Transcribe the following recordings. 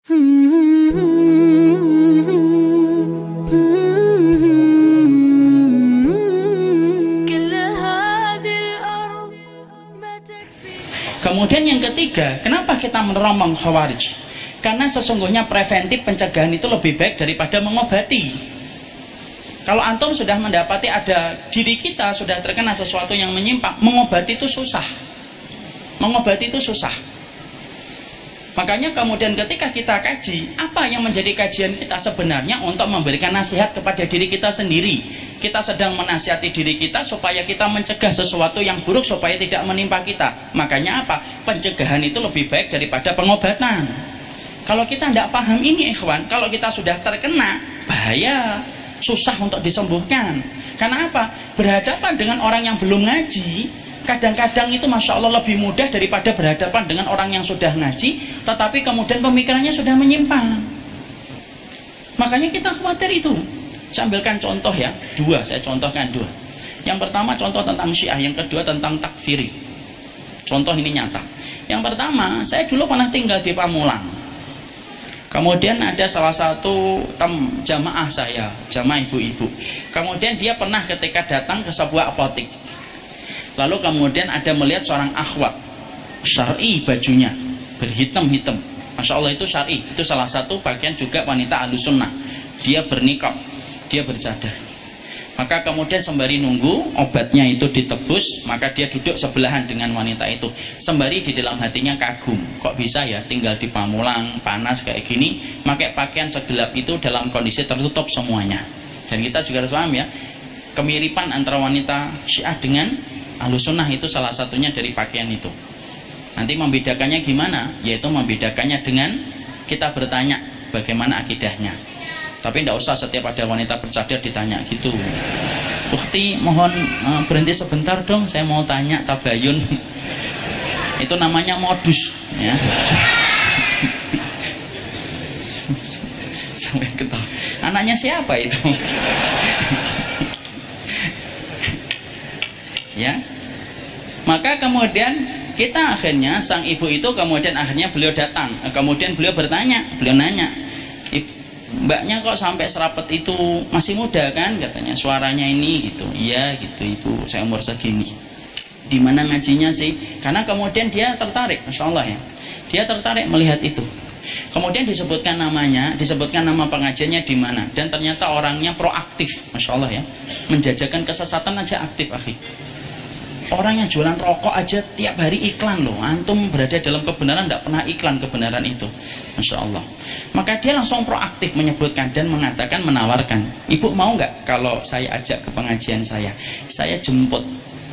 Kemudian yang ketiga, kenapa kita meneromong Khawarij? Karena sesungguhnya preventif pencegahan itu lebih baik daripada mengobati. Kalau antum sudah mendapati ada diri kita sudah terkena sesuatu yang menyimpang, mengobati itu susah. Mengobati itu susah. Makanya kemudian ketika kita kaji, apa yang menjadi kajian kita sebenarnya untuk memberikan nasihat kepada diri kita sendiri. Kita sedang menasihati diri kita supaya kita mencegah sesuatu yang buruk supaya tidak menimpa kita. Makanya apa? Pencegahan itu lebih baik daripada pengobatan. Kalau kita tidak paham ini ikhwan, kalau kita sudah terkena, bahaya, susah untuk disembuhkan. Karena apa? Berhadapan dengan orang yang belum ngaji, kadang-kadang itu Masya Allah lebih mudah daripada berhadapan dengan orang yang sudah ngaji tetapi kemudian pemikirannya sudah menyimpang. Makanya kita khawatir itu. Saya ambilkan contoh ya, saya contohkan dua. Yang pertama contoh tentang Syiah, yang kedua tentang takfiri. Contoh ini nyata. Yang pertama, saya dulu pernah tinggal di Pamulang. Kemudian ada salah satu jamaah saya, jamaah ibu-ibu. Kemudian dia pernah ketika datang ke sebuah apotik, lalu kemudian ada melihat seorang akhwat syar'i, bajunya berhitam-hitam, Masya Allah itu syar'i, itu salah satu bagian juga wanita Ahlussunnah. Dia bernikab, dia bercadar. Maka kemudian sembari nunggu obatnya itu ditebus, maka dia duduk sebelahan dengan wanita itu. Sembari di dalam hatinya kagum, kok bisa ya tinggal di Pamulang panas kayak gini, pakai pakaian segelap itu dalam kondisi tertutup semuanya. Dan kita juga harus paham ya, kemiripan antara wanita Syiah dengan Ahlussunnah itu salah satunya dari pakaian itu. Nanti membedakannya gimana? Yaitu membedakannya dengan kita bertanya bagaimana akidahnya. Tapi tidak usah setiap ada wanita bercadar ditanya gitu. Ukti mohon berhenti sebentar dong, saya mau tanya tabayun. Itu namanya modus ya. Sampai ketawa. Anaknya siapa itu? Ya. Maka kemudian kita akhirnya, sang ibu itu kemudian akhirnya beliau datang, kemudian beliau bertanya, beliau nanya, mbaknya kok sampai serapet itu, masih muda kan katanya, suaranya ini gitu. Iya gitu ibu, saya umur segini. Di mana ngajinya sih? Karena kemudian dia tertarik, Masya Allah ya, dia tertarik melihat itu. Kemudian disebutkan namanya, disebutkan nama pengajiannya di mana, dan ternyata orangnya proaktif, Masya Allah ya, menjajakan kesesatan aja aktif akhi. Orang yang jualan rokok aja tiap hari iklan loh. Antum berada dalam kebenaran tidak pernah iklan kebenaran itu, Masya Allah. Maka dia langsung proaktif menyebutkan dan mengatakan, menawarkan, ibu mau nggak kalau saya ajak ke pengajian saya jemput.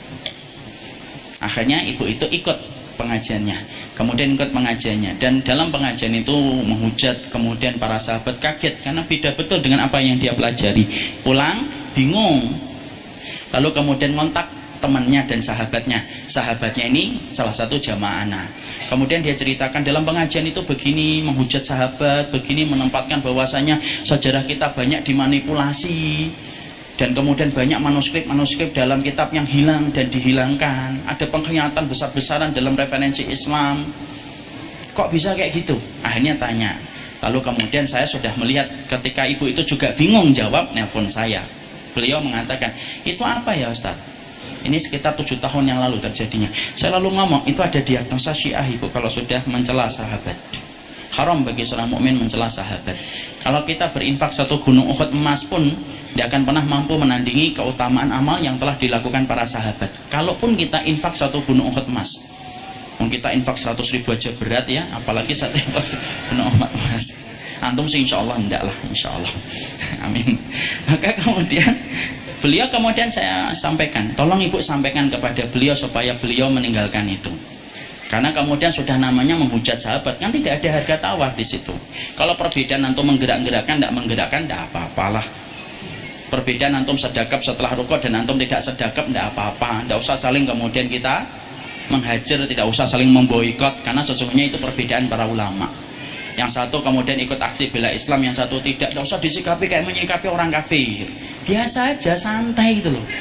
Akhirnya ibu itu ikut pengajiannya, kemudian ikut pengajiannya, dan dalam pengajian itu menghujat. Kemudian para sahabat kaget karena beda betul dengan apa yang dia pelajari. Pulang bingung, lalu kemudian ngontak temannya dan sahabatnya ini salah satu jamaah anak. Kemudian dia ceritakan dalam pengajian itu begini, menghujat sahabat, begini, menempatkan bahwasanya sejarah kita banyak dimanipulasi, dan kemudian banyak manuskrip dalam kitab yang hilang dan dihilangkan, ada pengkhianatan besar-besaran dalam referensi Islam. Kok bisa kayak gitu? Akhirnya tanya. Lalu kemudian saya sudah melihat ketika ibu itu juga bingung jawab, nelpon saya. Beliau mengatakan, itu apa ya Ustaz? Ini sekitar 7 tahun yang lalu terjadinya. Saya lalu ngomong, itu ada diagnosa Syiah ibu, kalau sudah mencela sahabat. Haram bagi seorang mukmin mencela sahabat. Kalau kita berinfak 1 gunung Uhud emas pun tidak akan pernah mampu menandingi keutamaan amal yang telah dilakukan para sahabat. Kalaupun kita infak 1 gunung Uhud emas, kita infak 100.000 aja berat ya, apalagi 1 infak gunung Uhud emas. Antum sih insya Allah enggak lah, insya Allah. Amin. Maka kemudian beliau kemudian saya sampaikan, tolong ibu sampaikan kepada beliau supaya beliau meninggalkan itu. Karena kemudian sudah namanya menghujat sahabat, kan tidak ada harga tawar di situ. Kalau perbedaan antum menggerak-gerakkan, tidak menggerakkan, tidak apa-apalah. Perbedaan antum sedekap setelah rukuk dan antum tidak sedekap, tidak apa-apa. Tidak usah saling kemudian kita menghajar, tidak usah saling memboikot, karena sesungguhnya itu perbedaan para ulama. Yang satu kemudian ikut aksi bela Islam, yang satu tidak usah disikapi kayak menyikapi orang kafir. Biasa aja, santai gitu loh.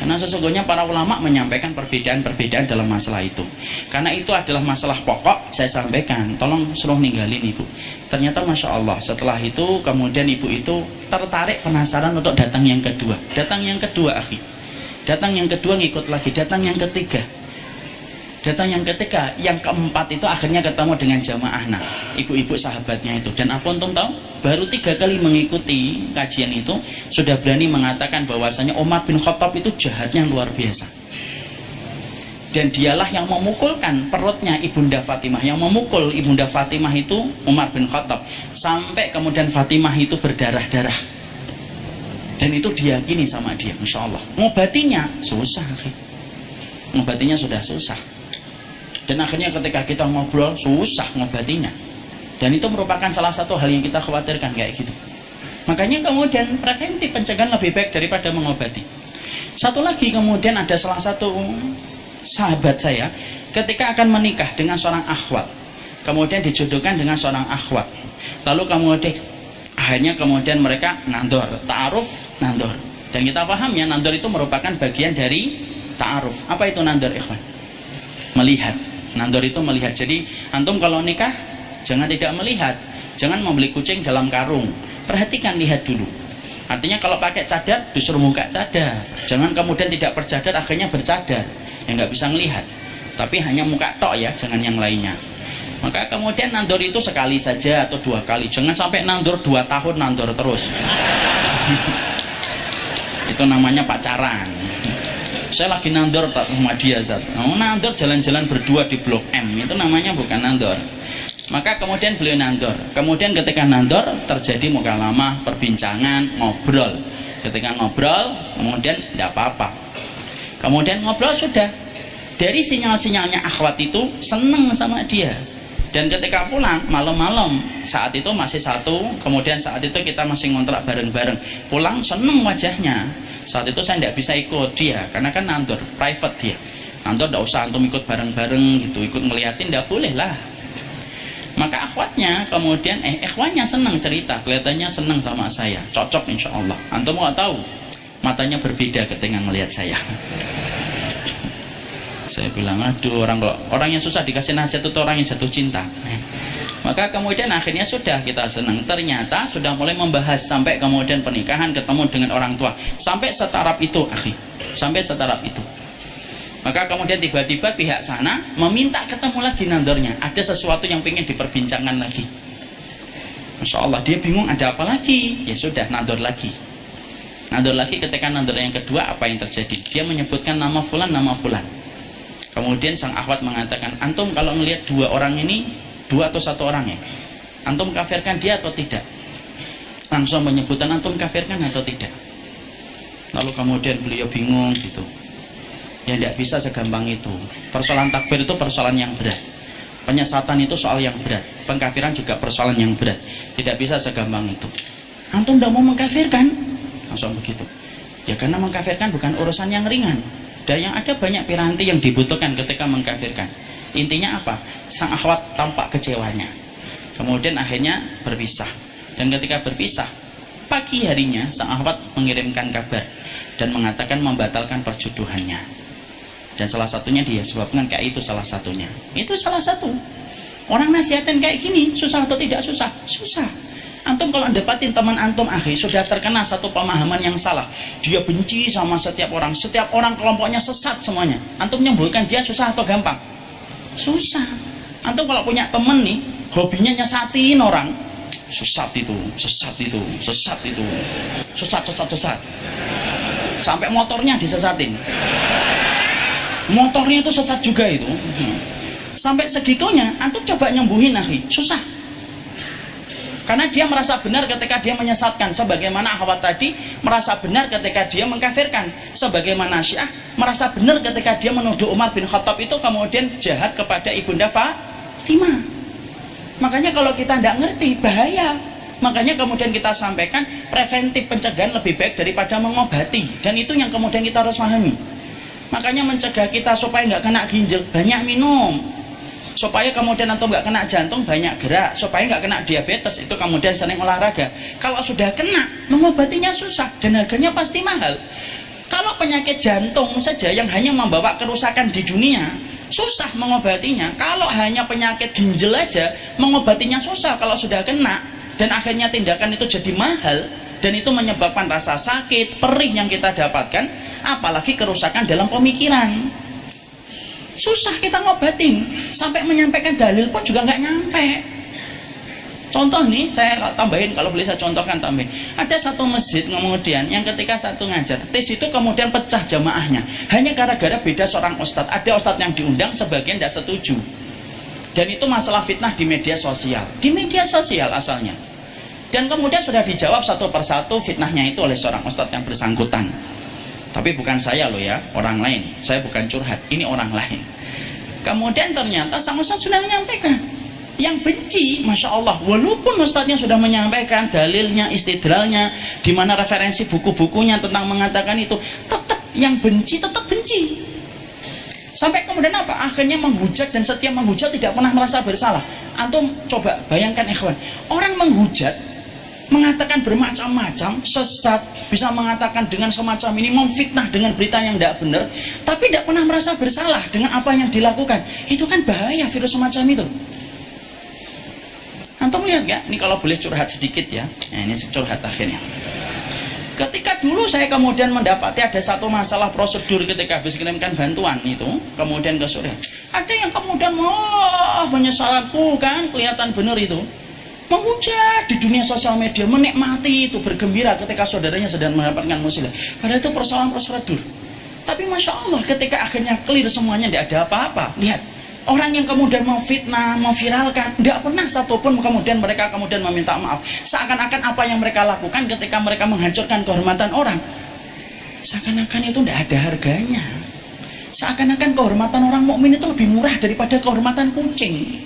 Karena sesungguhnya para ulama menyampaikan perbedaan-perbedaan dalam masalah itu. Karena itu adalah masalah pokok, saya sampaikan, tolong suruh ninggalin ibu. Ternyata Masya Allah, setelah itu kemudian ibu itu tertarik, penasaran untuk datang yang kedua. Datang yang kedua, akhi. Datang yang kedua ngikut lagi, datang yang ketiga. Datang yang ketiga, yang keempat itu akhirnya ketemu dengan jamaah ibu-ibu sahabatnya itu. Dan apa untung tahu? Baru 3 kali mengikuti kajian itu sudah berani mengatakan bahwasanya Umar bin Khattab itu jahatnya luar biasa. Dan dialah yang memukulkan perutnya Ibunda Fatimah. Yang memukul Ibunda Fatimah itu Umar bin Khattab. Sampai kemudian Fatimah itu berdarah-darah. Dan itu diyakini sama dia, Masya Allah. Ngobatinya susah. Ngobatinya sudah susah. Dan akhirnya ketika kita ngobrol, susah ngobatinya. Dan itu merupakan salah satu hal yang kita khawatirkan kayak gitu. Makanya kemudian preventif, pencegahan lebih baik daripada mengobati. Satu lagi kemudian ada salah satu sahabat saya ketika akan menikah dengan seorang akhwat. Kemudian dijodohkan dengan seorang akhwat. Lalu kemudian akhirnya kemudian mereka nandor, ta'aruf, nandor. Dan kita paham ya, nandor itu merupakan bagian dari ta'aruf. Apa itu nandor, ikhwan? Melihat. Nandor itu melihat. Jadi antum kalau nikah jangan tidak melihat, jangan membeli kucing dalam karung. Perhatikan, lihat dulu. Artinya kalau pakai cadar disuruh buka cadar. Jangan kemudian tidak bercadar akhirnya bercadar. Ya nggak bisa melihat. Tapi hanya muka tok ya, jangan yang lainnya. Maka kemudian nandor itu sekali saja atau 2 kali. Jangan sampai nandor 2 tahun nandor terus. Itu namanya pacaran. Saya lagi nandor tak sama dia, Zat. Nandor jalan-jalan berdua di Blok M, itu namanya bukan nandor. Maka kemudian beliau nandor. Kemudian ketika nandor terjadi mukalamah, perbincangan, ngobrol. Ketika ngobrol, kemudian tidak apa-apa. Kemudian ngobrol sudah. Dari sinyal-sinyalnya akhwat itu seneng sama dia. Dan ketika pulang malam-malam, saat itu masih satu, kemudian saat itu kita masih ngontrak bareng-bareng. Pulang seneng wajahnya. Saat itu saya tidak bisa ikut dia, karena kan nandor, private dia. Nandor tidak usah antum ikut bareng-bareng gitu, ikut ngeliatin tidak boleh lah. Maka akhwatnya kemudian ikhwannya senang cerita, kelihatannya senang sama saya, cocok insya Allah. Antum nggak tahu, matanya berbeda ketika melihat saya. Saya bilang, aduh, orang yang susah dikasih nasihat itu orang yang jatuh cinta. Maka kemudian akhirnya sudah kita senang. Ternyata sudah mulai membahas sampai kemudian pernikahan, ketemu dengan orang tua. Sampai setaraf itu, akhi. Sampai setaraf itu. Maka kemudian tiba-tiba pihak sana meminta ketemu lagi nandornya. Ada sesuatu yang ingin diperbincangkan lagi. Masya Allah, dia bingung ada apa lagi. Ya sudah, nandor lagi. Nandor lagi, ketika nandor yang kedua apa yang terjadi? Dia menyebutkan nama fulan, nama fulan. Kemudian sang akhwat mengatakan, antum kalau melihat 2 orang ini, 2 atau 1 orang ya, antum kafirkan dia atau tidak? Langsung menyebutkan antum kafirkan atau tidak. Lalu kemudian beliau bingung gitu. Ya tidak bisa segampang itu. Persoalan takfir itu persoalan yang berat. Penyesatan itu soal yang berat. Pengkafiran juga persoalan yang berat. Tidak bisa segampang itu. Antum tidak mau mengkafirkan? Langsung begitu. Ya karena mengkafirkan bukan urusan yang ringan. Dan yang ada banyak piranti yang dibutuhkan ketika mengkafirkan. Intinya apa? Sang akhwat tampak kecewanya. Kemudian akhirnya berpisah. Dan ketika berpisah, pagi harinya sang akhwat mengirimkan kabar dan mengatakan membatalkan perjodohannya. Dan salah satunya dia sebabkan kayak itu salah satunya. Itu salah satu. Orang nasihatin kayak gini, susah atau tidak susah? Susah. Antum kalau dapatin teman antum akhi sudah terkena satu pemahaman yang salah, dia benci sama setiap orang kelompoknya sesat semuanya. Antum menyembuhkan dia susah atau gampang? Susah. Antum kalau punya temen nih, hobinya nyesatin orang, sesat itu, sesat itu, sesat itu, sesat. Sampai motornya disesatin. Motornya itu sesat juga itu. Sampai segitunya, antum coba nyembuhin akhi, susah. Karena dia merasa benar ketika dia menyesatkan, sebagaimana akhwat tadi merasa benar ketika dia mengkafirkan, sebagaimana Syiah merasa benar ketika dia menuduh Umar bin Khattab itu kemudian jahat kepada Ibunda Fatimah. Makanya kalau kita tidak ngerti bahaya. Makanya kemudian kita sampaikan preventif, pencegahan lebih baik daripada mengobati. Dan itu yang kemudian kita harus pahami. Makanya mencegah kita supaya nggak kena ginjal, banyak minum. Supaya kemudian antum nggak kena jantung, banyak gerak. Supaya nggak kena diabetes, itu kemudian sering olahraga. Kalau sudah kena, mengobatinya susah dan harganya pasti mahal. Kalau penyakit jantung saja yang hanya membawa kerusakan di dunia, susah mengobatinya. Kalau hanya penyakit ginjal aja, mengobatinya susah kalau sudah kena. Dan akhirnya tindakan itu jadi mahal, dan itu menyebabkan rasa sakit, perih yang kita dapatkan. Apalagi kerusakan dalam pemikiran, susah kita ngobatin. Sampai menyampaikan dalil pun juga nggak nyampe. Contoh nih, saya tambahin, kalau boleh saya contohkan tambahin. Ada satu masjid kemudian yang ketika satu ngajar tes itu kemudian pecah jamaahnya hanya gara-gara beda seorang ustadz. Ada ustadz yang diundang, sebagian tidak setuju, dan itu masalah fitnah di media sosial. Di media sosial asalnya, dan kemudian sudah dijawab satu persatu fitnahnya itu oleh seorang ustadz yang bersangkutan. Tapi bukan saya loh ya, orang lain. Saya bukan curhat, ini orang lain. Kemudian ternyata sang ustadz sudah menyampaikan. Yang benci, Masya Allah, walaupun ustadznya sudah menyampaikan dalilnya, istidlalnya, di mana referensi buku-bukunya tentang mengatakan itu, tetap yang benci tetap benci. Sampai kemudian apa? Akhirnya menghujat, dan setiap menghujat tidak pernah merasa bersalah. Antum coba bayangkan ikhwan, orang menghujat, mengatakan bermacam-macam, sesat, bisa mengatakan dengan semacam ini, memfitnah dengan berita yang tidak benar, tapi tidak pernah merasa bersalah dengan apa yang dilakukan. Itu kan bahaya, virus semacam itu. Antum lihat gak? Ini kalau boleh curhat sedikit ya. Nah, ini curhat akhirnya. Ketika dulu saya kemudian mendapati ada satu masalah prosedur ketika habis kirimkan bantuan itu, kemudian ke Suriah. Ada yang kemudian menyesalku kan, kelihatan benar itu. Menghujat di dunia sosial media, menikmati itu, bergembira ketika saudaranya sedang mendapatkan musibah. Padahal itu persoalan prosedur. Tapi Masya Allah, ketika akhirnya clear semuanya, tidak ada apa-apa. Lihat. Orang yang kemudian memfitnah, memviralkan, tidak pernah satupun kemudian mereka kemudian meminta maaf. Seakan-akan apa yang mereka lakukan ketika mereka menghancurkan kehormatan orang, seakan-akan itu tidak ada harganya. Seakan-akan kehormatan orang mukmin itu lebih murah daripada kehormatan kucing.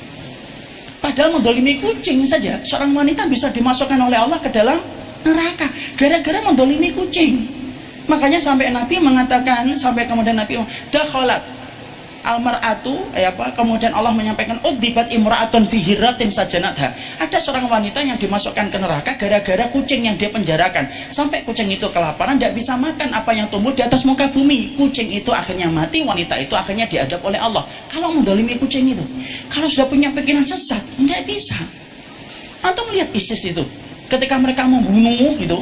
Padahal mendolimi kucing saja, seorang wanita bisa dimasukkan oleh Allah ke dalam neraka gara-gara mendolimi kucing. Makanya sampai Nabi mengatakan, sampai kemudian Nabi dakhalat almar'atu, kemudian Allah menyampaikan udzibat imra'atun fi hirratin sajanatha. Ada seorang wanita yang dimasukkan ke neraka gara-gara kucing yang dia penjarakan. Sampai kucing itu kelaparan, tidak bisa makan apa yang tumbuh di atas muka bumi. Kucing itu akhirnya mati, wanita itu akhirnya diadab oleh Allah. Kalau mendolimi kucing itu, kalau sudah punya pikiran sesat, tidak bisa. Antum lihat ISIS itu, ketika mereka membunuh itu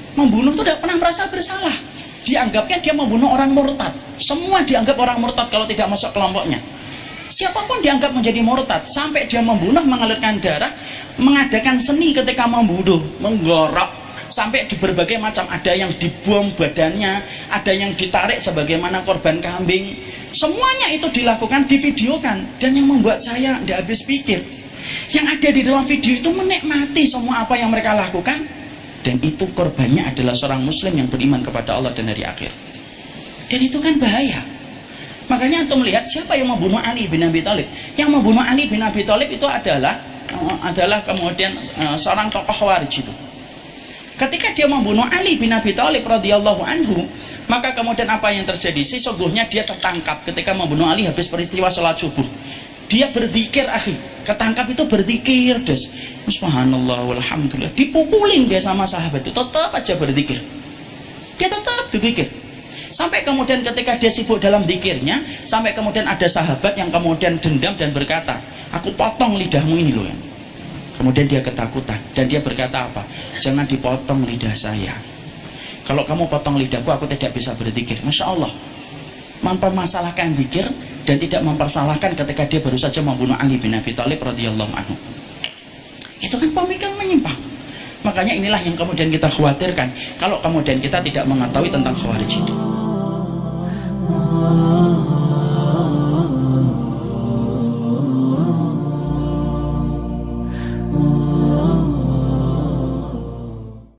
tidak pernah merasa bersalah. Dianggapnya dia membunuh orang murtad. Semua dianggap orang murtad kalau tidak masuk kelompoknya. Siapapun dianggap menjadi murtad. Sampai dia membunuh, mengalirkan darah, mengadakan seni ketika membunuh, menggorok, sampai di berbagai macam. Ada yang dibom badannya, ada yang ditarik sebagaimana korban kambing. Semuanya itu dilakukan, divideokan. Dan yang membuat saya tidak habis pikir, yang ada di dalam video itu menikmati semua apa yang mereka lakukan. Dan itu korbannya adalah seorang muslim yang beriman kepada Allah dan hari akhir. Dan itu kan bahaya. Makanya antum melihat siapa yang membunuh Ali bin Abi Thalib. Yang membunuh Ali bin Abi Thalib itu adalah kemudian seorang tokoh Khawarij itu. Ketika dia membunuh Ali bin Abi Thalib radhiyallahu anhu, maka kemudian apa yang terjadi? Sesungguhnya dia tertangkap ketika membunuh Ali habis peristiwa sholat subuh. Dia berzikir, akhi, ketangkap itu berzikir, des. Subhanallah walhamdulillah. Dipukulin dia sama sahabat itu, tetap aja berzikir. Dia tetap berzikir. Sampai kemudian ketika dia sibuk dalam zikirnya, sampai kemudian ada sahabat yang kemudian dendam dan berkata, aku potong lidahmu ini loh. Kemudian dia ketakutan dan dia berkata apa? Jangan dipotong lidah saya. Kalau kamu potong lidahku, aku tidak bisa berzikir. Masya Allah, mempermasalahkan zikir dan tidak mempermasalahkan ketika dia baru saja membunuh Ali bin Abi Thalib radhiyallahu anhu. Itu kan pemikiran menyimpang. Makanya inilah yang kemudian kita khawatirkan kalau kemudian kita tidak mengetahui tentang Khawarij itu.